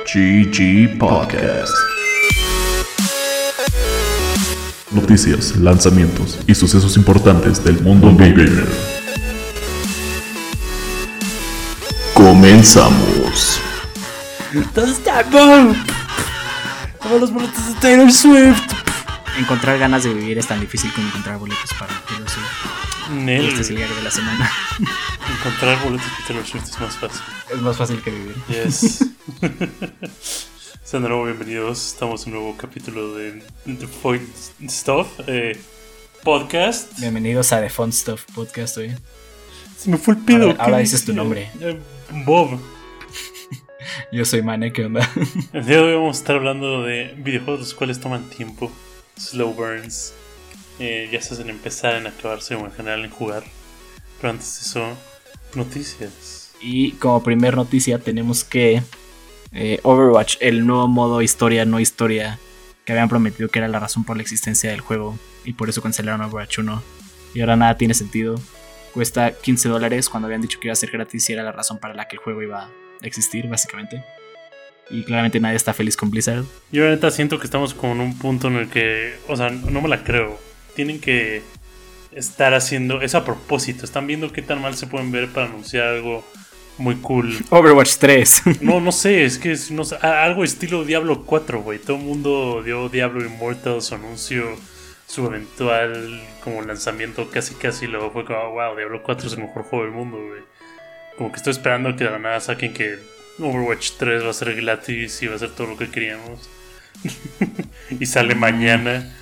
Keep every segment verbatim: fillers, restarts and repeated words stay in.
G G Podcast. Noticias, lanzamientos y sucesos importantes del mundo gamer. Comenzamos. ¿Dónde está Bob? Todos los boletos de Taylor Swift. Encontrar ganas de vivir es tan difícil como encontrar boletos para Taylor Swift. Nel. Este es el gag de la semana. Encontrar boletos de Taylor Swift es más fácil. Es más fácil que vivir. Yes. Sean de nuevo bienvenidos. Estamos en un nuevo capítulo de The Fun Stuff eh, Podcast. Bienvenidos a The Fun Stuff Podcast, hoy. Se me fue el pedo. Ahora, ahora dices tu nombre. Eh, Bob. Yo soy Mane, ¿qué onda? El día de hoy vamos a estar hablando de videojuegos los cuales toman tiempo. Slow burns. Eh, ya se hacen empezar, en acabarse o en general en jugar. Pero antes de eso, noticias. Y como primer noticia tenemos que eh, Overwatch, el nuevo modo historia, no historia, que habían prometido que era la razón por la existencia del juego, y por eso cancelaron Overwatch uno. Y ahora nada tiene sentido. Cuesta quince dólares cuando habían dicho que iba a ser gratis y era la razón para la que el juego iba a existir, básicamente. Y claramente nadie está feliz con Blizzard. Yo la neta siento que estamos como en un punto en el que, o sea, no me la creo. Tienen que estar haciendo eso a propósito. Están viendo qué tan mal se pueden ver para anunciar algo muy cool. Overwatch tres. No, no sé, es que es, no sé, algo estilo Diablo cuatro, güey. Todo el mundo dio Diablo Immortal, su anuncio, su eventual como lanzamiento casi casi. Luego fue como, wow, Diablo cuatro es el mejor juego del mundo, güey. Como que estoy esperando que de la nada saquen que Overwatch tres va a ser gratis y va a ser todo lo que queríamos. Y sale mañana.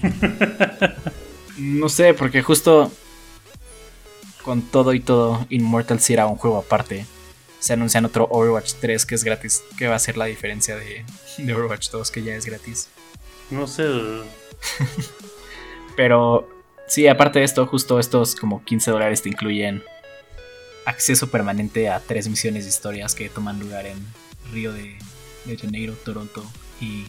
No sé, porque justo con todo y todo, Immortal sí era un juego aparte. Se anuncian otro Overwatch tres que es gratis. ¿Qué va a ser la diferencia de, de Overwatch dos que ya es gratis? No sé. Pero sí, aparte de esto, justo estos como quince dólares te incluyen acceso permanente a tres misiones de historias que toman lugar en Río de, de Janeiro, Toronto y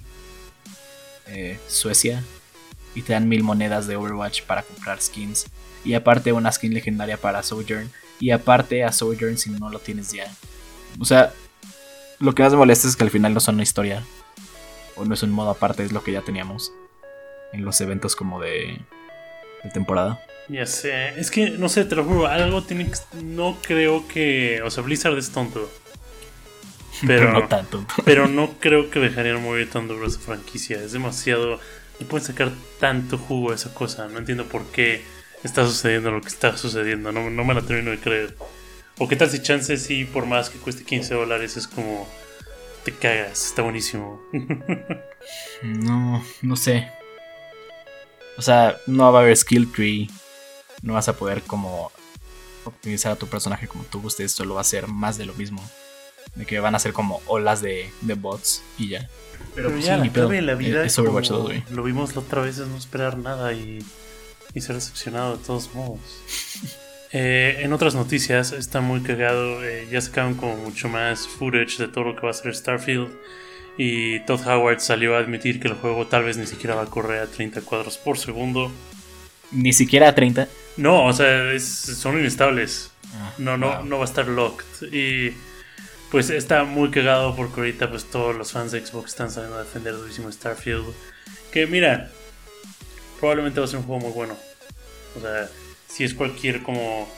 eh, Suecia. Y te dan mil monedas de Overwatch para comprar skins. Y aparte una skin legendaria para Sojourn. Y aparte a Sojourn si no lo tienes ya. O sea, lo que más me molesta es que al final no son una historia. O no es un modo aparte, es lo que ya teníamos en los eventos como de, de temporada. Ya sé, es que no sé, te lo juro, algo tiene que... No creo que... O sea, Blizzard es tonto. Pero no tanto. Pero no creo que dejarían morir tan duro esa franquicia. Es demasiado... No pueden sacar tanto jugo a esa cosa. No entiendo por qué está sucediendo lo que está sucediendo. No, no me la termino de creer. O qué tal si chance sí, por más que cueste quince dólares, es como... Te cagas, está buenísimo. No, no sé. O sea, no va a haber skill tree. No vas a poder como optimizar a tu personaje como tú gustes. Solo va a ser más de lo mismo. De que van a ser como olas de, de bots y ya. Pero, Pero pues, ya sí, la clave de la vida es Overwatch dos, güey. Lo vimos la otra vez, es no esperar nada y, y ser decepcionado de todos modos. eh, En otras noticias, está muy cagado. eh, Ya sacaron como mucho más footage de todo lo que va a ser Starfield. Y Todd Howard salió a admitir que el juego tal vez ni siquiera va a correr a treinta cuadros por segundo. Ni siquiera a treinta. No, o sea, es, son inestables. Ah, No, no, wow. no va a estar locked. Y pues está muy cagado porque ahorita pues todos los fans de Xbox están saliendo a defender durísimo Starfield. Que mira, probablemente va a ser un juego muy bueno. O sea, si es cualquier como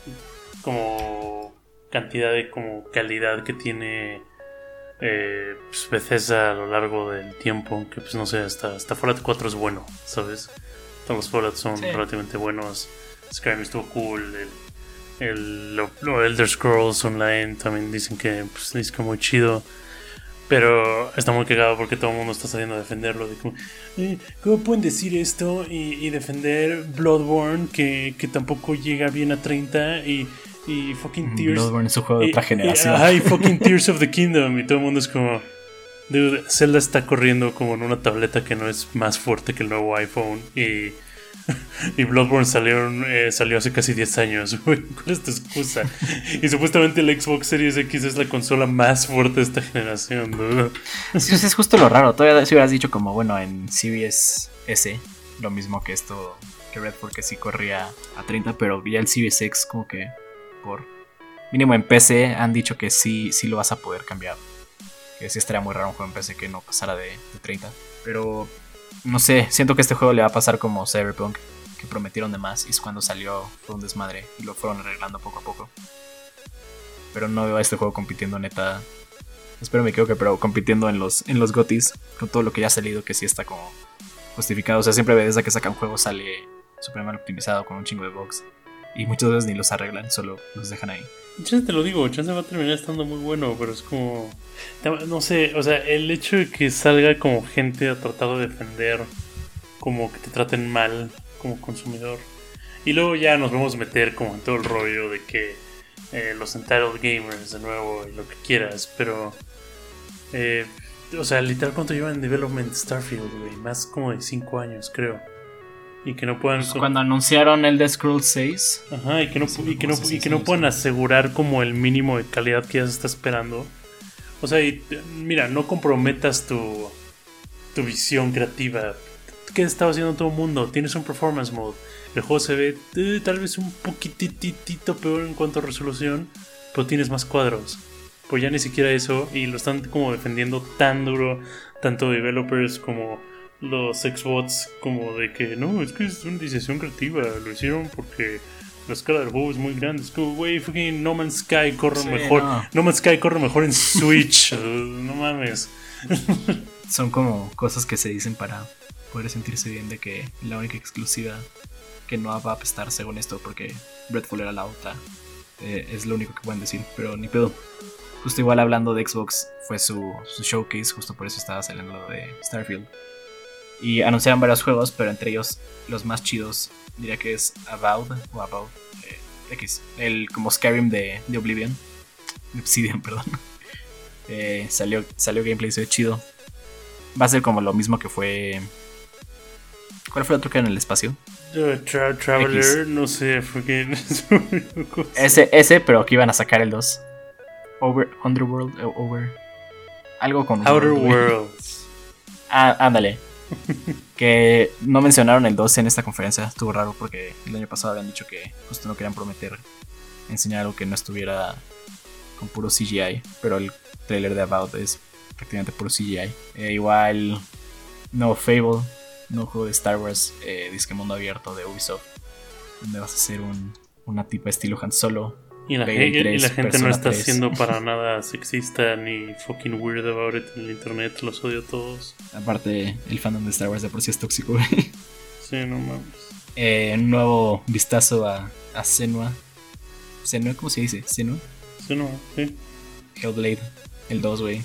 como cantidad de como calidad que tiene eh, pues Bethesda a lo largo del tiempo, que pues no sé, hasta, hasta Fallout cuatro es bueno, ¿sabes? Todos los Fallout son sí. relativamente buenos. Skyrim estuvo cool. El, el, lo, lo Elder Scrolls Online también dicen que pues, es que muy chido. Pero está muy cagado porque todo el mundo está saliendo a defenderlo. De como, eh, ¿cómo pueden decir esto y, y defender Bloodborne que, que tampoco llega bien a treinta? Y, y fucking Tears. Bloodborne es un juego de otra y, generación. Y, ay, fucking Tears of the Kingdom. Y todo el mundo es como, dude, Zelda está corriendo como en una tableta que no es más fuerte que el nuevo iPhone. Y, y Bloodborne salieron, eh, salió hace casi diez años. ¿Cuál es tu excusa? Y supuestamente el Xbox Series X es la consola más fuerte de esta generación, dude. Sí, es justo lo raro. Todavía si hubieras dicho como, bueno, en Series S, lo mismo que esto, que Redfall, que sí corría a treinta, pero ya el Series X como que por mínimo en P C han dicho que sí, sí lo vas a poder cambiar Que sí estaría muy raro un juego en P C que no pasara de, de treinta. Pero no sé, siento que este juego le va a pasar como Cyberpunk, que prometieron de más y cuando salió fue un desmadre y lo fueron arreglando poco a poco. Pero no veo a este juego compitiendo neta. Espero me equivoque, pero compitiendo en los, en los G O T Ys con todo lo que ya ha salido, que sí está como justificado. O sea, siempre desde que sacan juegos sale súper mal optimizado con un chingo de bugs. Y muchas veces ni los arreglan, solo los dejan ahí. Chance te lo digo, Chance va a terminar estando muy bueno, pero es como... No sé, o sea, el hecho de que salga como gente a tratar de defender, como que te traten mal como consumidor. Y luego ya nos vamos a meter como en todo el rollo de que eh, los entitled gamers de nuevo y lo que quieras, pero... Eh, o sea, literal, ¿cuánto llevan en development Starfield, güey? Más como de cinco años, creo. Y que no puedan... Pues cuando anunciaron el The Scrolls seis. Ajá, y que no, sí, y que no, sí, y que sí, no sí, puedan sí. asegurar como el mínimo de calidad que ya se está esperando. O sea, y, mira, no comprometas tu, tu visión creativa. ¿Qué estaba haciendo todo el mundo? Tienes un performance mode. El juego se ve eh, tal vez un poquitito peor en cuanto a resolución, pero tienes más cuadros. Pues ya ni siquiera eso, y lo están como defendiendo tan duro, tanto developers como los Xbots, como de que no, es que es una decisión creativa, lo hicieron porque la escala del juego es muy grande. Es como, güey, fucking No Man's Sky corre Sí, mejor. no. No Man's Sky corre mejor en Switch. No mames. Son como cosas que se dicen para poder sentirse bien de que la única exclusiva que no va a apestar según esto, porque Redfall era la otra. Eh, es lo único que pueden decir, pero ni pedo. Justo igual hablando de Xbox, fue su, su showcase, justo por eso estaba saliendo lo de Starfield. Y anunciaron varios juegos, pero entre ellos los más chidos diría que es Avowed o Avowed eh, X, el como Skyrim de, de Oblivion, de Obsidian, perdón. Eh, salió, salió gameplay, se ve chido. Va a ser como lo mismo que fue. ¿Cuál fue el otro que era en el espacio? Uh, tra Traveler, X. no sé, fucking. Ese, ese, pero que iban a sacar el dos. Over, Underworld, uh, Over. Algo con Outer World, güey. Worlds. Ah, ándale. Que no mencionaron el dos en esta conferencia. Estuvo raro porque el año pasado habían dicho que justo no querían prometer enseñar algo que no estuviera con puro C G I. Pero el trailer de About es prácticamente puro C G I. Eh, igual, no Fable, no juego de Star Wars, eh, disque mundo abierto de Ubisoft, donde vas a ser un, una tipa estilo Han Solo. Y la, Play gente, tres, y la gente no Persona está tres. siendo para nada sexista ni fucking weird about it en el internet. Los odio a todos. Aparte, el fandom de Star Wars de por sí es tóxico, güey. Sí, no mames. Eh, un nuevo vistazo a, a Senua. ¿Senua? ¿Cómo se dice? ¿Senua? Sí, no, sí. Hellblade, el dos, güey.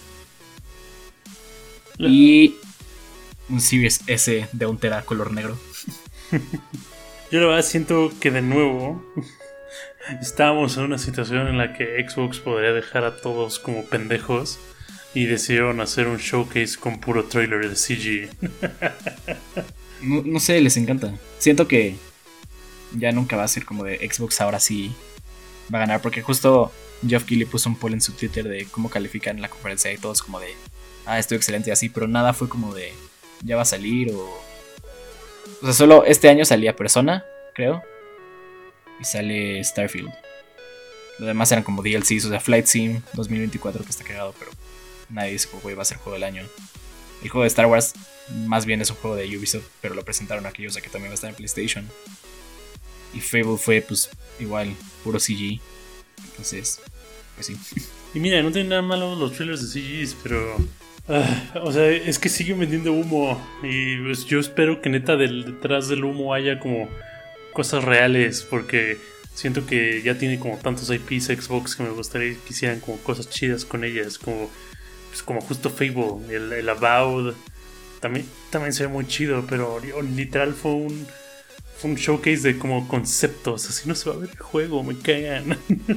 La- Y un Series S de un tera color negro. Yo la verdad siento que de nuevo estábamos en una situación en la que Xbox podría dejar a todos como pendejos y decidieron hacer un showcase con puro trailer de C G. No, no sé, les encanta. Siento que ya nunca va a ser como de Xbox, ahora sí va a ganar. Porque justo Geoff Keighley puso un poll en su Twitter de cómo califican la conferencia y todos como de, ah, estoy excelente y así. Pero nada fue como de, ya va a salir o... O sea, solo este año salía Persona, creo. Y sale Starfield. Lo demás eran como D L Cs, o sea, Flight Sim dos mil veinticuatro, que está cagado, pero nadie dice, güey, va a ser juego del año. El juego de Star Wars más bien es un juego de Ubisoft, pero lo presentaron aquí, o sea que también va a estar en PlayStation. Y Fable fue, pues, igual, puro C G. Entonces, pues sí. Y mira, no tienen nada malo los trailers de C Gs, pero... ah, o sea, es que siguen vendiendo humo. Y pues yo espero que neta del, detrás del humo haya como cosas reales, porque siento que ya tiene como tantos I Ps Xbox que me gustaría que hicieran como cosas chidas con ellas, como, pues, como justo Fable, el, el Avowed. También, también se ve muy chido, pero literal fue un, fue un showcase de como conceptos. Así no se va a ver el juego, me cagan.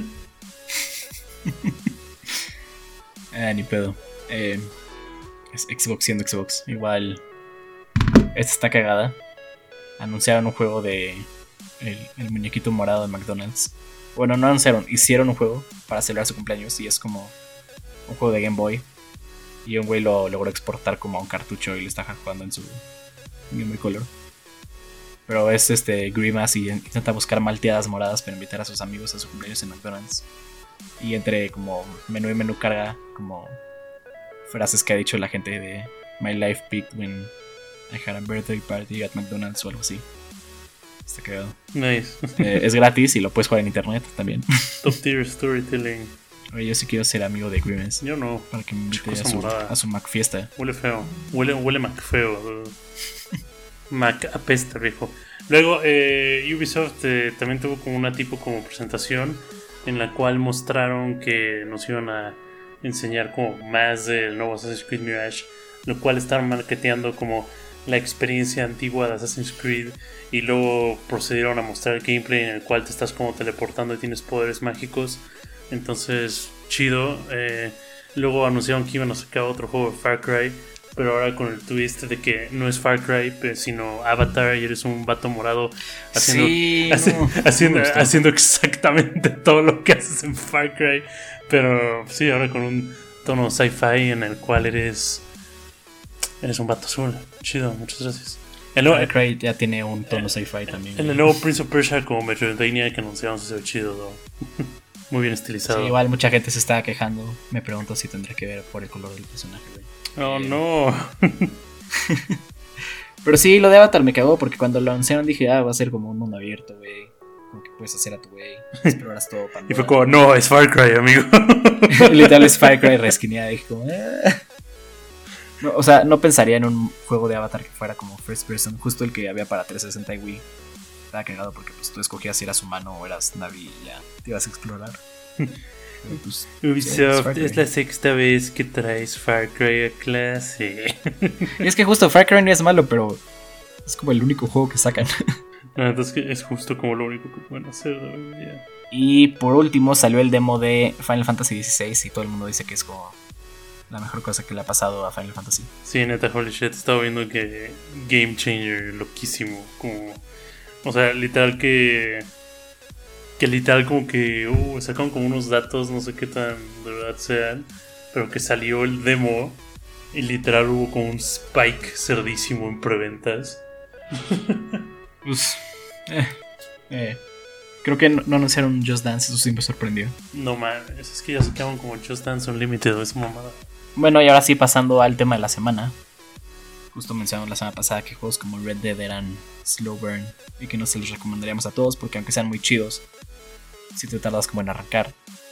Ah, ni pedo. Eh, es Xbox siendo Xbox. Igual, esta está cagada. Anunciaron un juego de el, el muñequito morado de McDonald's. Bueno, no anunciaron, hicieron un juego para celebrar su cumpleaños. Y es como un juego de Game Boy. Y un güey lo logró exportar como a un cartucho y lo está jugando en su Game Boy Color. Pero es este Grimace y intenta buscar malteadas moradas para invitar a sus amigos a su cumpleaños en McDonald's. Y entre como menú y menú carga como frases que ha dicho la gente de My life peaked when I had a birthday party at McDonald's o algo así. Está cagado. Nice. Eh, es gratis y lo puedes jugar en internet también. Top tier storytelling. Oye, yo sí quiero ser amigo de Grievance. Yo no. Para que me invite a Cosa su, morada. a su Mac fiesta. Huele feo. Huele, huele Mac feo. Mac apesta, viejo. Luego, eh, Ubisoft eh, también tuvo como una tipo como presentación en la cual mostraron que nos iban a enseñar como más del nuevo Assassin's Creed Mirage, lo cual estaban marketeando como la experiencia antigua de Assassin's Creed, y luego procedieron a mostrar gameplay en el cual te estás como teleportando y tienes poderes mágicos. Entonces, chido. Eh, luego anunciaron que iban a sacar otro juego de Far Cry, pero ahora con el twist de que no es Far Cry, sino Avatar, y eres un vato morado haciendo, sí, haci- no, haciendo, no haciendo exactamente todo lo que haces en Far Cry. Pero sí, ahora con un tono sci-fi en el cual eres eres un vato azul. Chido, muchas gracias. El nuevo, Far Cry ya tiene un tono sci-fi también. en el nuevo Prince of Persia como Metroidvania que anunciamos se ve chido, ¿no? Muy bien estilizado. Sí, igual mucha gente se estaba quejando. Me pregunto si tendrá que ver por el color del personaje, güey. Oh, Eh, no. Pero sí, lo de Avatar me cagó porque cuando lo anunciaron dije, ah, va a ser como un mundo abierto, güey. Como que puedes hacer a tu güey, exploras todo. Pandora. Y fue como, no, es Far Cry, amigo. Literal es Far Cry resquineada. Dije como, ah. No, o sea, no pensaría en un juego de Avatar que fuera como first person. Justo el que había para trescientos sesenta y Wii. Estaba cagado porque pues tú escogías si eras humano o eras Navi y ya te ibas a explorar. Pero, pues, Ubisoft, sí, es, es la sexta vez que traes Far Cry a clase. Y es que justo Far Cry no es malo, pero es como el único juego que sacan. No, entonces es justo como lo único que pueden hacer de hoy en día. Y por último salió el demo de Final Fantasy dieciséis y todo el mundo dice que es como la mejor cosa que le ha pasado a Final Fantasy. Sí, neta, holy shit, estaba viendo que game changer, loquísimo. Como, o sea, literal que que literal como que uh, sacaron como unos datos, no sé qué tan de verdad sean, pero que salió el demo y literal hubo como un spike cerdísimo en preventas. Pues, eh, eh. Creo que no, no anunciaron Just Dance, eso sí me sorprendió. No mames, es que ya sacaron como Just Dance Unlimited, esa mamada. Bueno, y ahora sí, pasando al tema de la semana. Justo mencionamos la semana pasada que juegos como Red Dead eran slow burn y que no se los recomendaríamos a todos porque aunque sean muy chidos, si te tardas como en arrancar.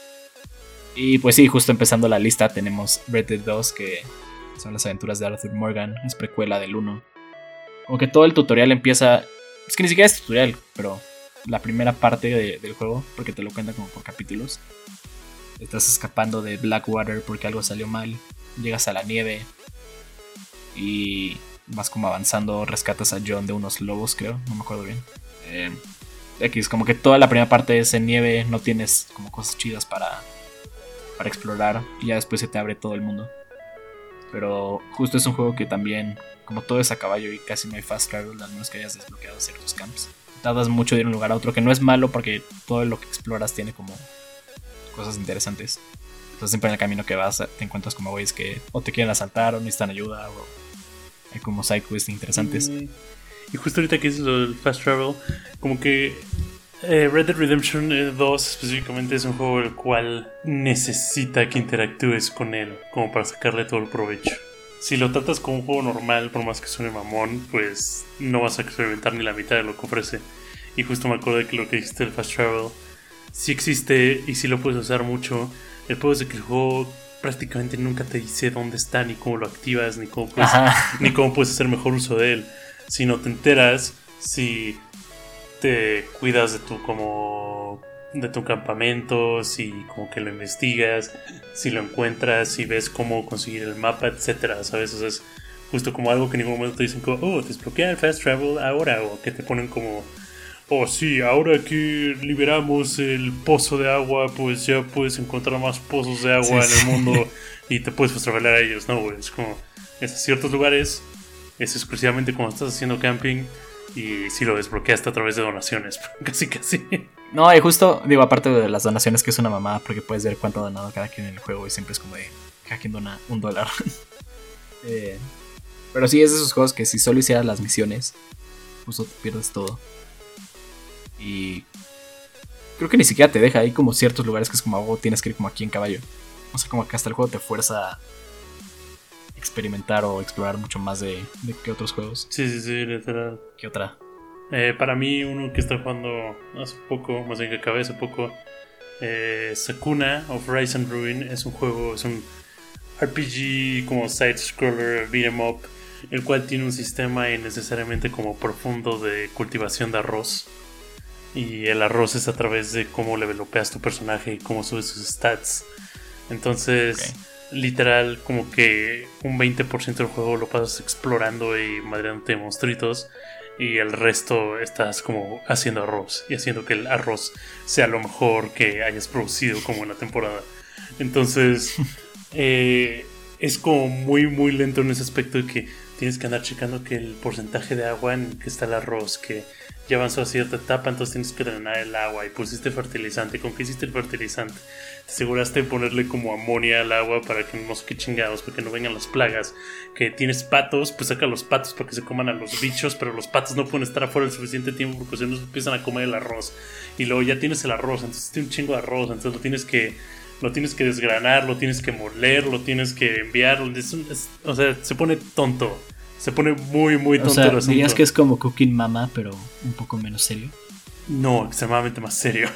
Y pues sí, justo empezando la lista tenemos Red Dead dos, que son las aventuras de Arthur Morgan, es precuela del uno. Como que todo el tutorial empieza... Es que ni siquiera es tutorial, pero la primera parte de, del juego, porque te lo cuentan como por capítulos. Estás escapando de Blackwater porque algo salió mal. Llegas a la nieve y vas como avanzando, rescatas a John de unos lobos, creo, no me acuerdo bien. Eh, X, como que toda la primera parte es en nieve, no tienes como cosas chidas para, para explorar y ya después se te abre todo el mundo. Pero justo es un juego que también, como todo es a caballo y casi no hay fast travel, al menos que hayas desbloqueado ciertos camps. Tardas mucho de ir de un lugar a otro, que no es malo porque todo lo que exploras tiene como cosas interesantes. Entonces siempre en el camino que vas te encuentras como güeyes que o te quieren asaltar o necesitan ayuda o hay como side quests interesantes. Mm. Y justo ahorita que dices lo del fast travel, como que eh, Red Dead Redemption dos específicamente es un juego el cual necesita que interactúes con él como para sacarle todo el provecho. Si lo tratas como un juego normal, por más que suene mamón, pues no vas a experimentar ni la mitad de lo que ofrece. Y justo me acuerdo de que lo que dijiste del fast travel sí existe y sí lo puedes usar mucho. El problema es de que el juego prácticamente nunca te dice dónde está, ni cómo lo activas, ni cómo puedes, ni cómo puedes hacer mejor uso de él. Si no te enteras, si te cuidas de tu como de tu campamento, si como que lo investigas, si lo encuentras, si ves cómo conseguir el mapa, etcétera, ¿sabes? O sea, es justo como algo que en ningún momento te dicen como, oh, desbloquea el fast travel ahora, o que te ponen como, oh sí, ahora que liberamos el pozo de agua, pues ya puedes encontrar más pozos de agua sí, en el mundo y te puedes fast travelar a ellos, ¿no? Es como, es a ciertos lugares, es exclusivamente cuando estás haciendo camping y si lo desbloqueaste a través de donaciones, casi casi. No, y justo, digo, aparte de las donaciones, que es una mamada porque puedes ver cuánto ha donado cada quien en el juego y siempre es como de cada quien dona un dólar. eh, pero sí, es de esos juegos que si solo hicieras las misiones, justo te pierdes todo. Y creo que ni siquiera te deja. Hay como ciertos lugares que es como, oh, tienes que ir como aquí en caballo. O sea, como que hasta el juego te fuerza experimentar o explorar mucho más de, de que otros juegos. Sí, sí, sí, literal. ¿Qué otra? Eh, para mí, uno que está jugando hace poco, más bien que acabé hace poco, eh, Sakuna of Rise and Ruin, es un juego, es un R P G como side-scroller, beat 'em up, el cual tiene un sistema innecesariamente como profundo de cultivación de arroz. Y el arroz es a través de cómo levelopeas tu personaje y cómo subes sus stats. Entonces, okay. literal, como que un veinte por ciento del juego lo pasas explorando y madreándote de monstruitos. Y el resto estás como haciendo arroz y haciendo que el arroz sea lo mejor que hayas producido como en la temporada. Entonces, eh, es como muy, muy lento en ese aspecto de que tienes que andar checando que el porcentaje de agua en que está el arroz, que ya avanzó a cierta etapa, entonces tienes que drenar el agua y pusiste fertilizante. ¿Con qué hiciste el fertilizante? Te aseguraste de ponerle como amonia al agua para que no sé qué chingados, para que no vengan las plagas. Que tienes patos, pues saca los patos para que se coman a los bichos, pero los patos no pueden estar afuera el suficiente tiempo porque si no se empiezan a comer el arroz. Y luego ya tienes el arroz, entonces tienes un chingo de arroz, entonces lo tienes que lo tienes que desgranar, lo tienes que moler, lo tienes que enviar. Es un, es, o sea, se pone tonto. Se pone muy, muy tonto. O sea, el asunto. dirías que es como Cooking Mama, pero un poco menos serio. No, extremadamente más serio.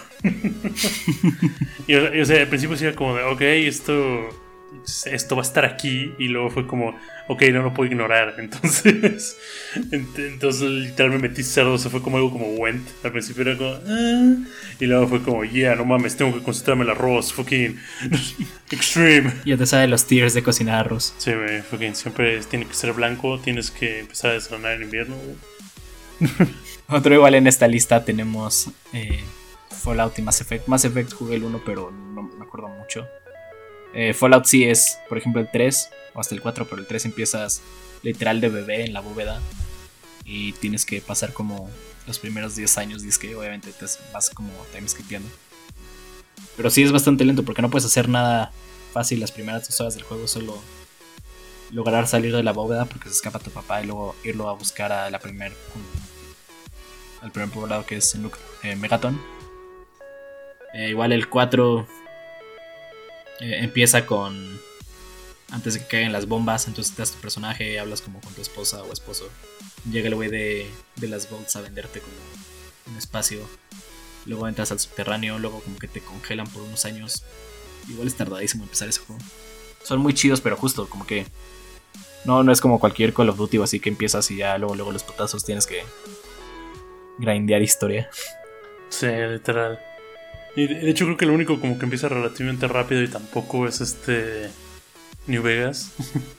y, o sea, al principio era como de, ok, esto, esto va a estar aquí. Y luego fue como, ok, no lo puedo ignorar. Entonces, entonces literal me metí cerdo. Se fue como algo como went. Al principio era como, ah. Y luego fue como, yeah, no mames, tengo que concentrarme en el arroz. Fucking extreme. Ya te sabes los tiers de cocinar arroz. Sí, güey, fucking siempre tiene que ser blanco. Tienes que empezar a desgranar en invierno. Otro igual en esta lista tenemos eh, Fallout y Mass Effect. Mass Effect jugué el uno, pero no me acuerdo mucho. eh, Fallout sí es, por ejemplo, el tres o hasta el cuatro, pero el tres empiezas literal de bebé en la bóveda y tienes que pasar como los primeros diez años, y es que obviamente te vas como time skipeando. Pero sí es bastante lento porque no puedes hacer nada fácil las primeras dos horas del juego, solo lograr salir de la bóveda porque se escapa tu papá y luego irlo a buscar a la primer al primer poblado, que es en eh, Megaton. Eh, igual el cuatro eh, empieza con antes de que caigan las bombas, entonces te das tu personaje, hablas como con tu esposa o esposo. Llega el güey de, de las vaults a venderte como un espacio. Luego entras al subterráneo, luego como que te congelan por unos años. Igual es tardadísimo empezar ese juego. Son muy chidos, pero justo como que no, no es como cualquier Call of Duty, así que empiezas y ya luego, luego los putazos tienes que grindear historia. Sí, literal. Y de hecho creo que lo único como que empieza relativamente rápido y tampoco es este New Vegas.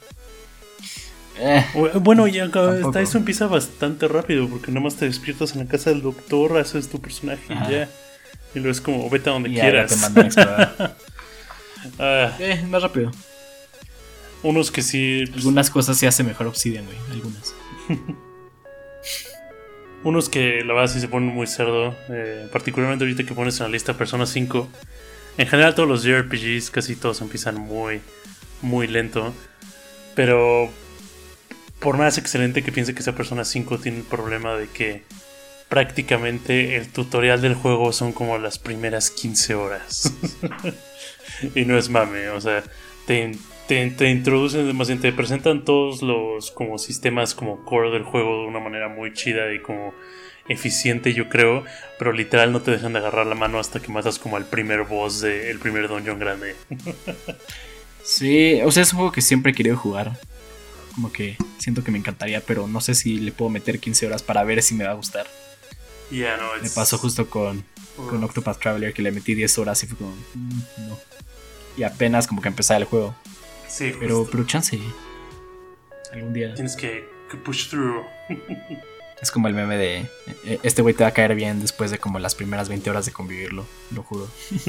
eh, bueno, ya tampoco. Hasta eso empieza bastante rápido porque nomás te despiertas en la casa del doctor, haces tu personaje y ya. Y luego es como vete a donde y quieras. Ya te mandan a explorar. ah, eh, más rápido. Unos que sí. Pues, algunas cosas se hace mejor Obsidian, güey. Algunas. Unos que la verdad sí se ponen muy cerdo. Eh, particularmente ahorita que pones en la lista Persona cinco. En general todos los J R P Gs casi todos empiezan muy, muy lento. Pero por más excelente que piense que esa Persona cinco, tiene el problema de que prácticamente el tutorial del juego son como las primeras quince horas. Y no es mame, o sea, te, te, te introducen demasiado, te presentan todos los como sistemas como core del juego de una manera muy chida y como eficiente, yo creo, pero literal no te dejan de agarrar la mano hasta que matas como al primer boss del primer dungeon grande. Sí, o sea, es un juego que siempre he querido jugar. Como que siento que me encantaría, pero no sé si le puedo meter quince horas para ver si me va a gustar. Yeah, no, me pasó justo con, con Octopath Traveler, que le metí diez horas y fue como mm, no. Y apenas como que empezaba el juego. Sí, pero, pero chance algún día tienes que, que push through. es como el meme de este güey te va a caer bien después de como las primeras veinte horas de convivirlo, lo juro.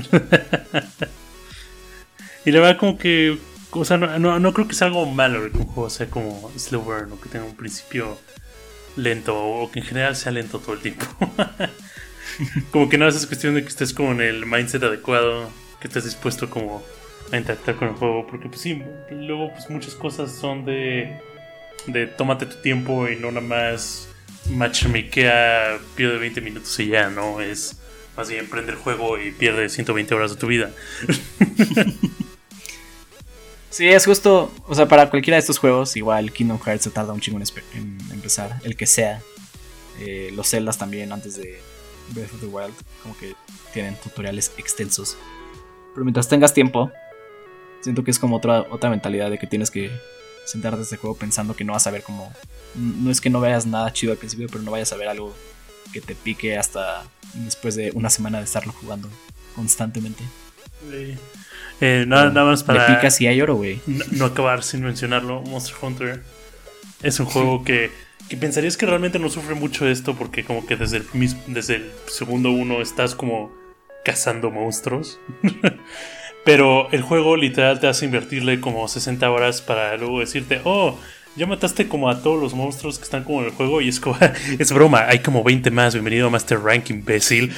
Y la verdad como que, o sea, no, no, no creo que sea algo malo que un juego sea como slow burn o que tenga un principio lento o que en general sea lento todo el tiempo. Como que no es cuestión de que estés como en el mindset adecuado, que estés dispuesto como a interactuar con el juego, porque pues sí, luego pues muchas cosas son de de tómate tu tiempo y no nada más matchmakea, pierde veinte minutos y ya, no, es más bien prende el juego y pierde ciento veinte horas de tu vida. Sí, es justo, o sea, para cualquiera de estos juegos, igual Kingdom Hearts se tarda un chingo en, espe- en empezar, el que sea. Eh, los Zeldas también, antes de Breath of the Wild, como que tienen tutoriales extensos. Pero mientras tengas tiempo, siento que es como otra, otra mentalidad de que tienes que sentarte a este juego pensando que no vas a ver como... No es que no veas nada chido al principio, pero no vayas a ver algo que te pique hasta después de una semana de estarlo jugando constantemente. Eh, eh, nada, nada más para... Le picas y hay oro, güey. No, no acabar sin mencionarlo, Monster Hunter es un juego que, que pensarías que realmente no sufre mucho esto porque como que desde el, mismo, desde el segundo uno estás como cazando monstruos. Pero el juego literal te hace invertirle como sesenta horas para luego decirte, oh, ya mataste como a todos los monstruos que están como en el juego. Y es como, es broma, hay como veinte más, bienvenido a Master Rank, imbécil.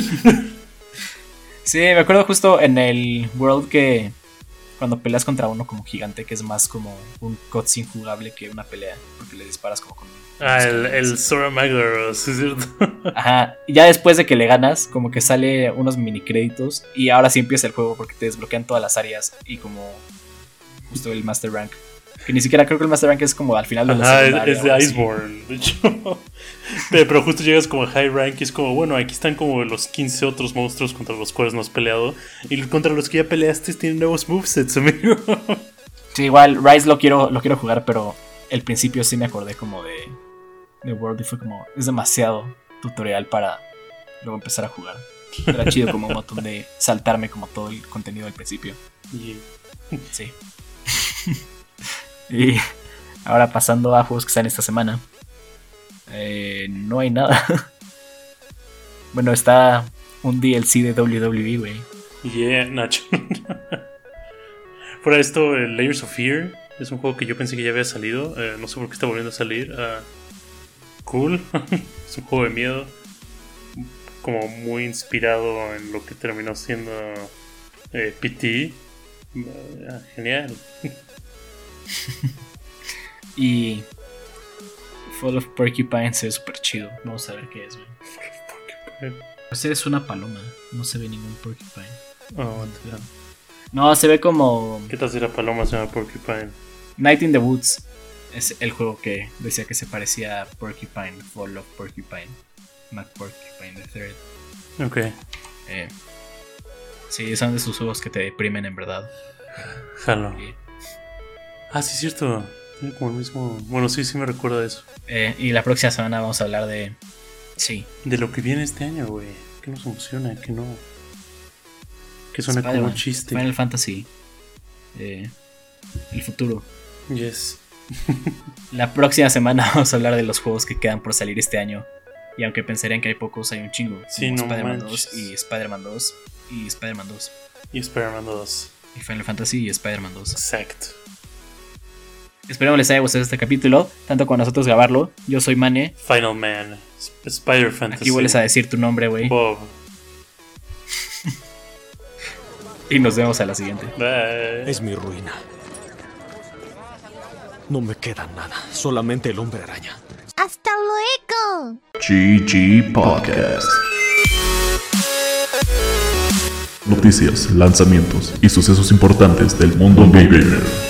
Sí, me acuerdo justo en el World que cuando peleas contra uno como gigante, que es más como un cutscene jugable que una pelea, porque le disparas como con... Ah, el, el Sora Magdaros, ¿es cierto? Ajá, y ya después de que le ganas, como que sale unos mini créditos y ahora sí empieza el juego porque te desbloquean todas las áreas y como justo el Master Rank. Que ni siquiera creo que el Master Rank es como al final de la Ajá, secundaria. es de Iceborne, de hecho. pero, pero justo llegas como a High Rank y es como, bueno, aquí están como los quince otros monstruos contra los cuales no has peleado. Y contra los que ya peleaste tienen nuevos movesets, amigo. Sí, igual Rise lo quiero, lo quiero jugar, pero el principio sí me acordé como de, de World y fue como, es demasiado tutorial para luego empezar a jugar. Era chido como un botón de saltarme como todo el contenido del principio. Yeah. Sí. Y ahora pasando a juegos que salen esta semana. Eh, no hay nada. Bueno, está un D L C de W W E, güey. Yeah, Nacho. Fuera de esto, el Layers of Fear es un juego que yo pensé que ya había salido. Eh, no sé por qué está volviendo a salir. Uh, cool. Es un juego de miedo. Como muy inspirado en lo que terminó siendo eh, P T. Uh, genial. Y Fall of Porcupine se ve súper chido. Vamos a ver qué es, güey. Pues eres una paloma. No se ve ningún porcupine. Oh, no, se ve como ¿qué tal si la paloma se llama Porcupine? Night in the Woods. Es el juego que decía que se parecía a Porcupine. Fall of Porcupine. Mac Porcupine the Third. Ok. Eh, sí, son de esos juegos que te deprimen en verdad. Jalo. Y, Ah, sí, es cierto. Tiene como el mismo. Bueno, sí, sí me recuerda eso. eh, y la próxima semana vamos a hablar de... Sí. De lo que viene este año, güey. Que nos emociona, que no. Que suena como un chiste. Final Fantasy. Eh, el futuro. Yes. La próxima semana vamos a hablar de los juegos que quedan por salir este año. Y aunque pensarían que hay pocos, hay un chingo. Sí, como no Spider-Man manches. dos y Spider-Man dos y Spider-Man dos. Y Spider-Man dos. Y Final Fantasy y Spider-Man dos. Exacto. Esperemos les haya gustado este capítulo, tanto con nosotros grabarlo. Yo soy Mane. Final Man. Sp- Spider Fantasy. Aquí vuelves a decir tu nombre, güey. Bob. Y nos vemos a la siguiente. Bye. Es mi ruina. No me queda nada, solamente el hombre araña. ¡Hasta luego! G G Podcast. Noticias, lanzamientos y sucesos importantes del mundo gamer.